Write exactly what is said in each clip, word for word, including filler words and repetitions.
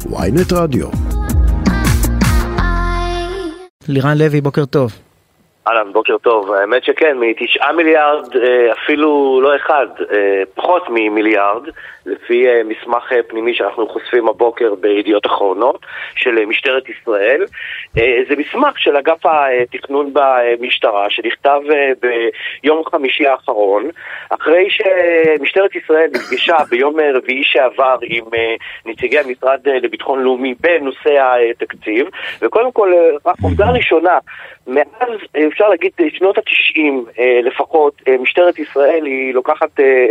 וויינט רדיו. לירן לוי, בוקר טוב. אהלן, בוקר טוב. האמת שכן, מתשעה מיליארד, אפילו לא אחד, פחות ממיליארד, לפי מסמך פנימי שאנחנו חושפים הבוקר בידיעות אחרונות של משטרת ישראל. זה מסמך של אגף התכנון במשטרה שנכתב ביום חמישי האחרון, אחרי שמשטרת ישראל נפגשה ביום רביעי שעבר עם נציגי המשרד לביטחון לאומי בנושא התקציב. וקודם כל, עובדה ראשונה, מאז אפשר להגיד שנות התשעים לפחות, משטרת ישראל היא לוקחת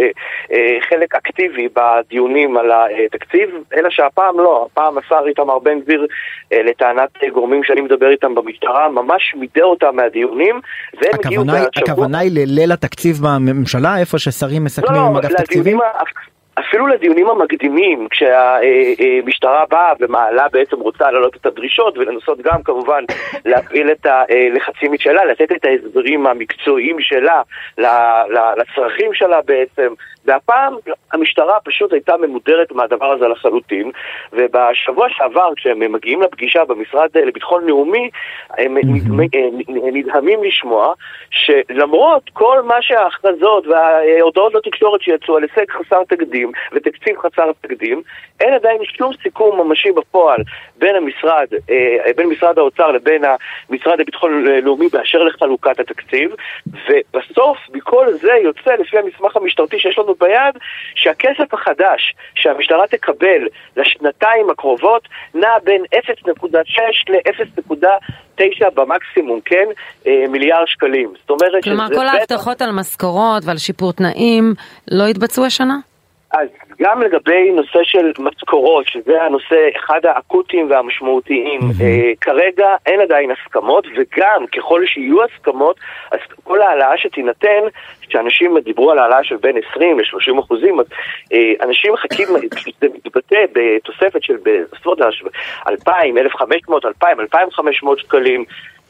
חלק אקטיבי בדיונים על התקציב, אלא שהפעם לא, הפעם השר איתמר בן גביר, לטענת גורמים שאני מדבר איתם במשטרה, ממש מידה אותם מהדיונים, והם הגיעו בהשבוע... הכוונה היא לליל התקציב בממשלה, איפה ששרים מסכמים לא, עם אגף תקציבים? אפילו לדיונים המקדימים, כשהמשטרה באה ומעלה בעצם רוצה להעלות את הדרישות ולנסות גם כמובן להפעיל את הלחצים שלה, לתת את ההסברים המקצועיים שלה לצרכים שלה בעצם. והפעם המשטרה פשוט הייתה ממודרת מהדבר הזה לחלוטין, ובשבוע שעבר כשהם מגיעים לפגישה במשרד לביטחון לאומי, הם נדהמים לשמוע שלמרות כל מה שההכרזות וההודעות לתקשורת שיצאו על הישג חסר תקדים ותקציב חסר תקדים, אין עדיין שום סיכום ממשי בפועל בין המשרד, בין משרד האוצר לבין המשרד לביטחון לאומי באשר לחלוקת התקציב. ובסוף מכל זה יוצא לפי המסמך המשטרתי שיש לנו ביד, שהכסף החדש שהמשטרה תקבל לשנתיים הקרובות נע בין אפס נקודה שש ל-אפס נקודה תשע במקסימום, כן? מיליארד שקלים. זאת אומרת, כלומר, כל ההבטחות על משכורות ועל שיפור תנאים לא התבצעו השנה? אז גם לגבי נושא של משכורות, שזה הנושא אחד האקוטיים והמשמעותיים, mm-hmm. כרגע אין עדיין הסכמות, וגם ככל שיהיו הסכמות, אז כל העלאה שתינתן, שאנשים דיברו על העלאה של בין עשרים ל-שלושים אחוזים, אז אנשים מחכים, זה מתבטא בתוספת של בסביבות אלפיים, אלף וחמש מאות, אלפיים, אלפיים וחמש מאות שקלים,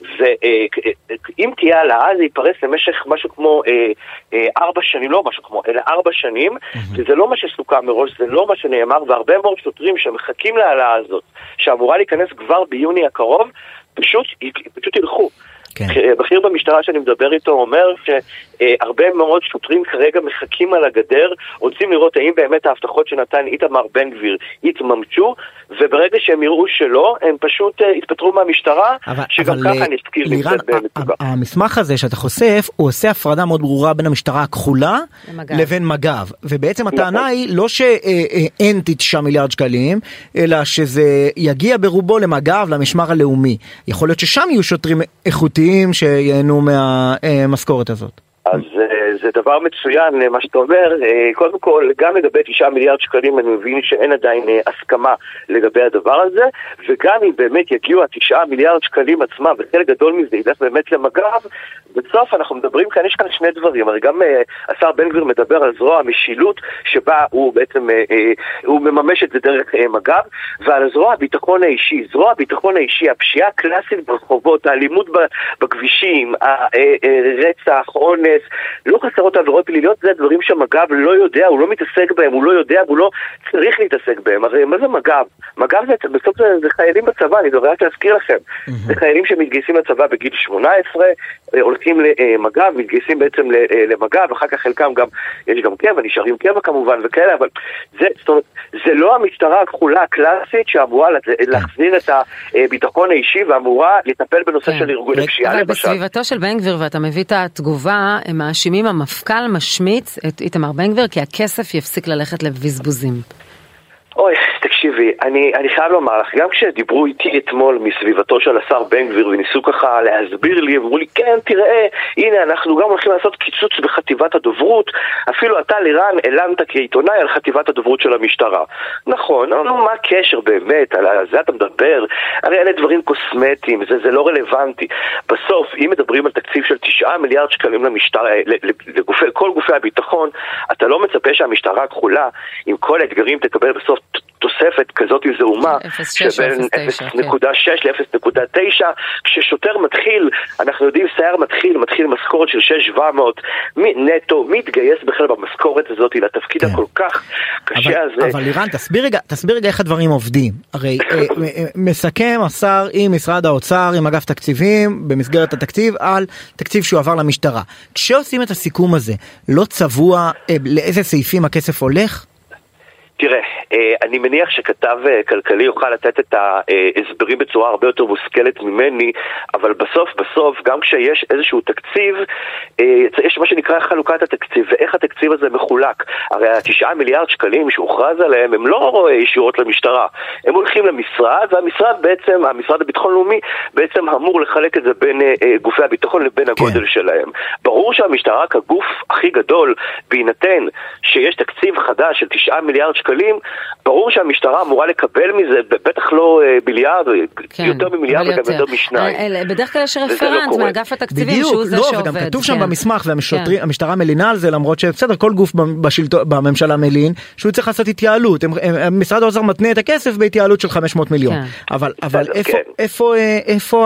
ואם תהיה העלאה זה ייפרס למשך משהו כמו ארבע שנים, לא משהו כמו, אלא ארבע שנים, וזה לא מה שסוכם מראש, זה לא מה שנאמר, והרבה מאוד שוטרים שמחכים להעלאה הזאת, שאמורה להיכנס כבר ביוני הקרוב, פשוט, פשוט ילכו. כן. בכיר במשטרה שאני מדבר איתו אומר שהרבה מאוד שוטרים כרגע מחכים על הגדר, רוצים לראות האם באמת ההבטחות שנתן איתמר בן גביר יתממשו, וברגע שהם יראו שלא, הם פשוט יתפטרו מהמשטרה, אבל, שגם אבל ככה נזכיר לירן, המסמך הזה שאתה חושף, הוא עושה הפרדה מאוד ברורה בין המשטרה הכחולה למגב. לבין מג"ב, ובעצם הטענה היא לא שאין תשעה מיליארד שקלים, אלא שזה יגיע ברובו למג"ב, למשמר הלאומי. יכול להיות ששם יהיו שוטרים איכותיים שיהנו מהמשכורת הזאת. אז זה דבר מצוין מה שאתה אומר. קודם כל, גם לגבי תשעה מיליארד שקלים אני מבין שאין עדיין הסכמה לגבי הדבר הזה, וגם אם באמת יגיעו התשעה מיליארד שקלים עצמם, וחלק גדול מזה ילך באמת למג"ב, בסוף אנחנו מדברים כאן, יש כאן שני דברים. הרי גם השר בן גביר מדבר על זרוע המשילות, שבה הוא בעצם, הוא מממש את זה דרך מג"ב, ועל זרוע הביטחון האישי. זרוע הביטחון האישי, הפשיעה הקלאסית ברחובות, האלימות בכבישים, הרצח, עונש, לא חסרות עבירות פליליות, זה דברים שמג"ב לא יודע, הוא לא מתעסק בהם, הוא לא יודע, הוא לא צריך להתעסק בהם. הרי מה זה מג"ב? מג"ב זה, בסוף זה, זה חיילים בצבא, אני דובר רק להזכיר לכם. Mm-hmm. זה חיילים שמתגייסים לצבא בגיל שמונה עשרה, הולכים למג"ב, מתגייסים בעצם למג"ב, אחר כך חלקם גם, יש גם קבע, נשארים קבע כמובן וכאלה, אבל זה, זאת אומרת, זה לא המשטרה הכחולה הקלאסית שאמורה להחזיר את הביטחון האישי ואמורה לטפל בנושא של ארגון הפשיעה. אבל בסביבתו של בן גביר, ואתה מביא את התגובה, הם מאשימים, המפכ"ל משמיץ את איתמר בן גביר כי הכסף יפסיק ללכת לבזבוזים. אוי, תקשיבי, אני, אני חייב לומר לך, גם כשדיברו איתי אתמול מסביבתו של השר בן גביר וניסו ככה להסביר לי, אמרו לי, כן, תראה, הנה, אנחנו גם הולכים לעשות קיצוץ בחטיבת הדוברות, אפילו אתה לירן אלנת כעיתונאי על חטיבת הדוברות של המשטרה. נכון, אבל מה הקשר באמת, על זה אתה מדבר, הרי אלה דברים קוסמטיים, זה, זה לא רלוונטי. בסוף, אם מדברים על תקציב של תשעה מיליארד שקלים למשטרה, לגופי, כל גופי הביטחון, אתה לא מצפה שהמשטרה הכחולה, עם כל האתגרים תקבל בסוף תוספת כזאת זעומה שבין אפס נקודה שש ל-אפס נקודה תשע, כששוטר מתחיל, אנחנו יודעים, סייר מתחיל, מתחיל משכורת של שש שבע מאות נטו, מתגייס בכלל במשכורת הזאת לתפקיד הכל כך קשה הזה. אבל לירן, תסביר רגע, תסביר רגע איך הדברים עובדים. הרי מסכם השר עם משרד האוצר, עם אגף תקציבים, במסגרת התקציב, על תקציב שהוא עבר למשטרה. כשעושים את הסיכום הזה, לא צבוע לאיזה סעיפים הכסף הולך? תראה, אני מניח שכתב כלכלי יוכל לתת את ההסברים בצורה הרבה יותר מושכלת ממני, אבל בסוף בסוף גם כשיש איזשהו תקציב, יש מה שנקרא חלוקת התקציב, ואיך התקציב הזה מחולק. הרי התשעה מיליארד שקלים שהוכרז עליהם הם לא ישירות למשטרה, הם הולכים למשרד, והמשרד בעצם, המשרד לביטחון לאומי בעצם אמור לחלק את זה בין גופי הביטחון לבין הגודל שלהם. ברור שהמשטרה כגוף הכי גדול, בהינתן שיש תקציב חדש של תשעה מיליארד שקלים, ברור שהמשטרה אמורה לקבל מזה, בטח לא מיליארד, יותר ממיליארד וגם יותר משניים. בדרך כלל יש רפרנט מאגף התקציבים שהוא זה שעובד. וגם כתוב שם במסמך, והמשטרה מלינה על זה, למרות שבסדר, כל גוף בממשלה מלין, שהוא צריך לעשות התייעלות. משרד האוצר מתנה את הכסף בהתייעלות של חמש מאות מיליון. אבל איפה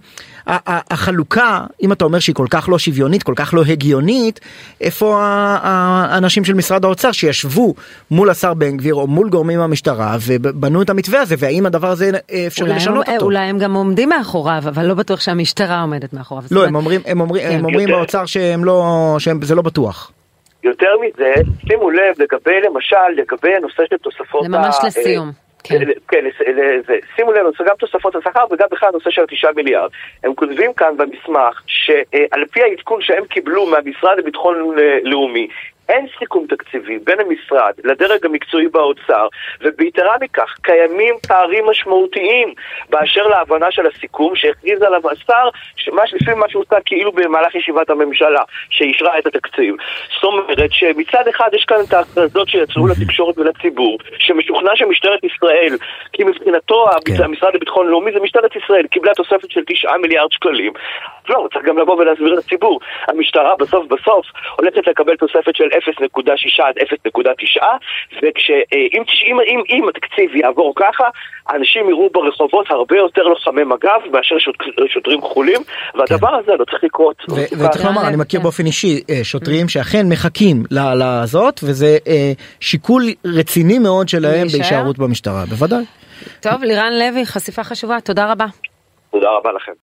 החלוקה, אם אתה אומר שהיא כל כך לא שוויונית, כל כך לא הגיונית, איפה האנשים של משרד האוצר שישבו מול השר בן גביר או מול גורמים במשטרה ובנו את המתווה הזה, והאם הדבר הזה אפשרי לשנות אותו? אולי הם גם עומדים מאחוריו, אבל לא בטוח שהמשטרה עומדת מאחוריו. לא, הם אומרים, הם אומרים, הם אומרים באוצר שהם לא, שזה לא בטוח. יותר מזה, שימו לב, לגבי למשל, לגבי הנושא של תוספות... זה ממש לסיום. כן, כן, שימו לב, זה גם תוספות השכר וגם בכלל הנושא של תשעה מיליארד. הם כותבים כאן במסמך שעל פי העדכון שהם קיבלו מהמשרד לביטחון לאומי, אין סיכום תקציבי בין המשרד לדרג המקצועי באוצר, וביתרה מכך קיימים פערים משמעותיים באשר להבנה של הסיכום שהכריז עליו השר, לפי מה שהוא עושה כאילו במהלך ישיבת הממשלה שאישרה את התקציב. זאת אומרת שמצד אחד יש כאן את ההכרזות שיצאו לתקשורת ולציבור, שמשוכנע שמשטרת ישראל, כי מבחינתו המשרד לביטחון לאומי זה משטרת ישראל, קיבלה תוספת של תשעה מיליארד שקלים. לא, צריך גם לבוא ולהסביר לציבור. המשטרה בסוף בסוף הולכת לקבל תוספת של אפס נקודה שש עד אפס נקודה תשע, וכשאם אם, אם התקציב יעבור ככה, האנשים יראו ברחובות הרבה יותר לוחמי מג"ב מאשר שוטרים כחולים, והדבר הזה לא צריך לקרות. וצריך לומר, אני מכיר באופן אישי שוטרים שאכן מחכים לזאת, וזה שיקול רציני מאוד שלהם בהישארות במשטרה, בוודאי. טוב, לירן לוי, חשיפה חשובה, תודה רבה. תודה רבה לכם.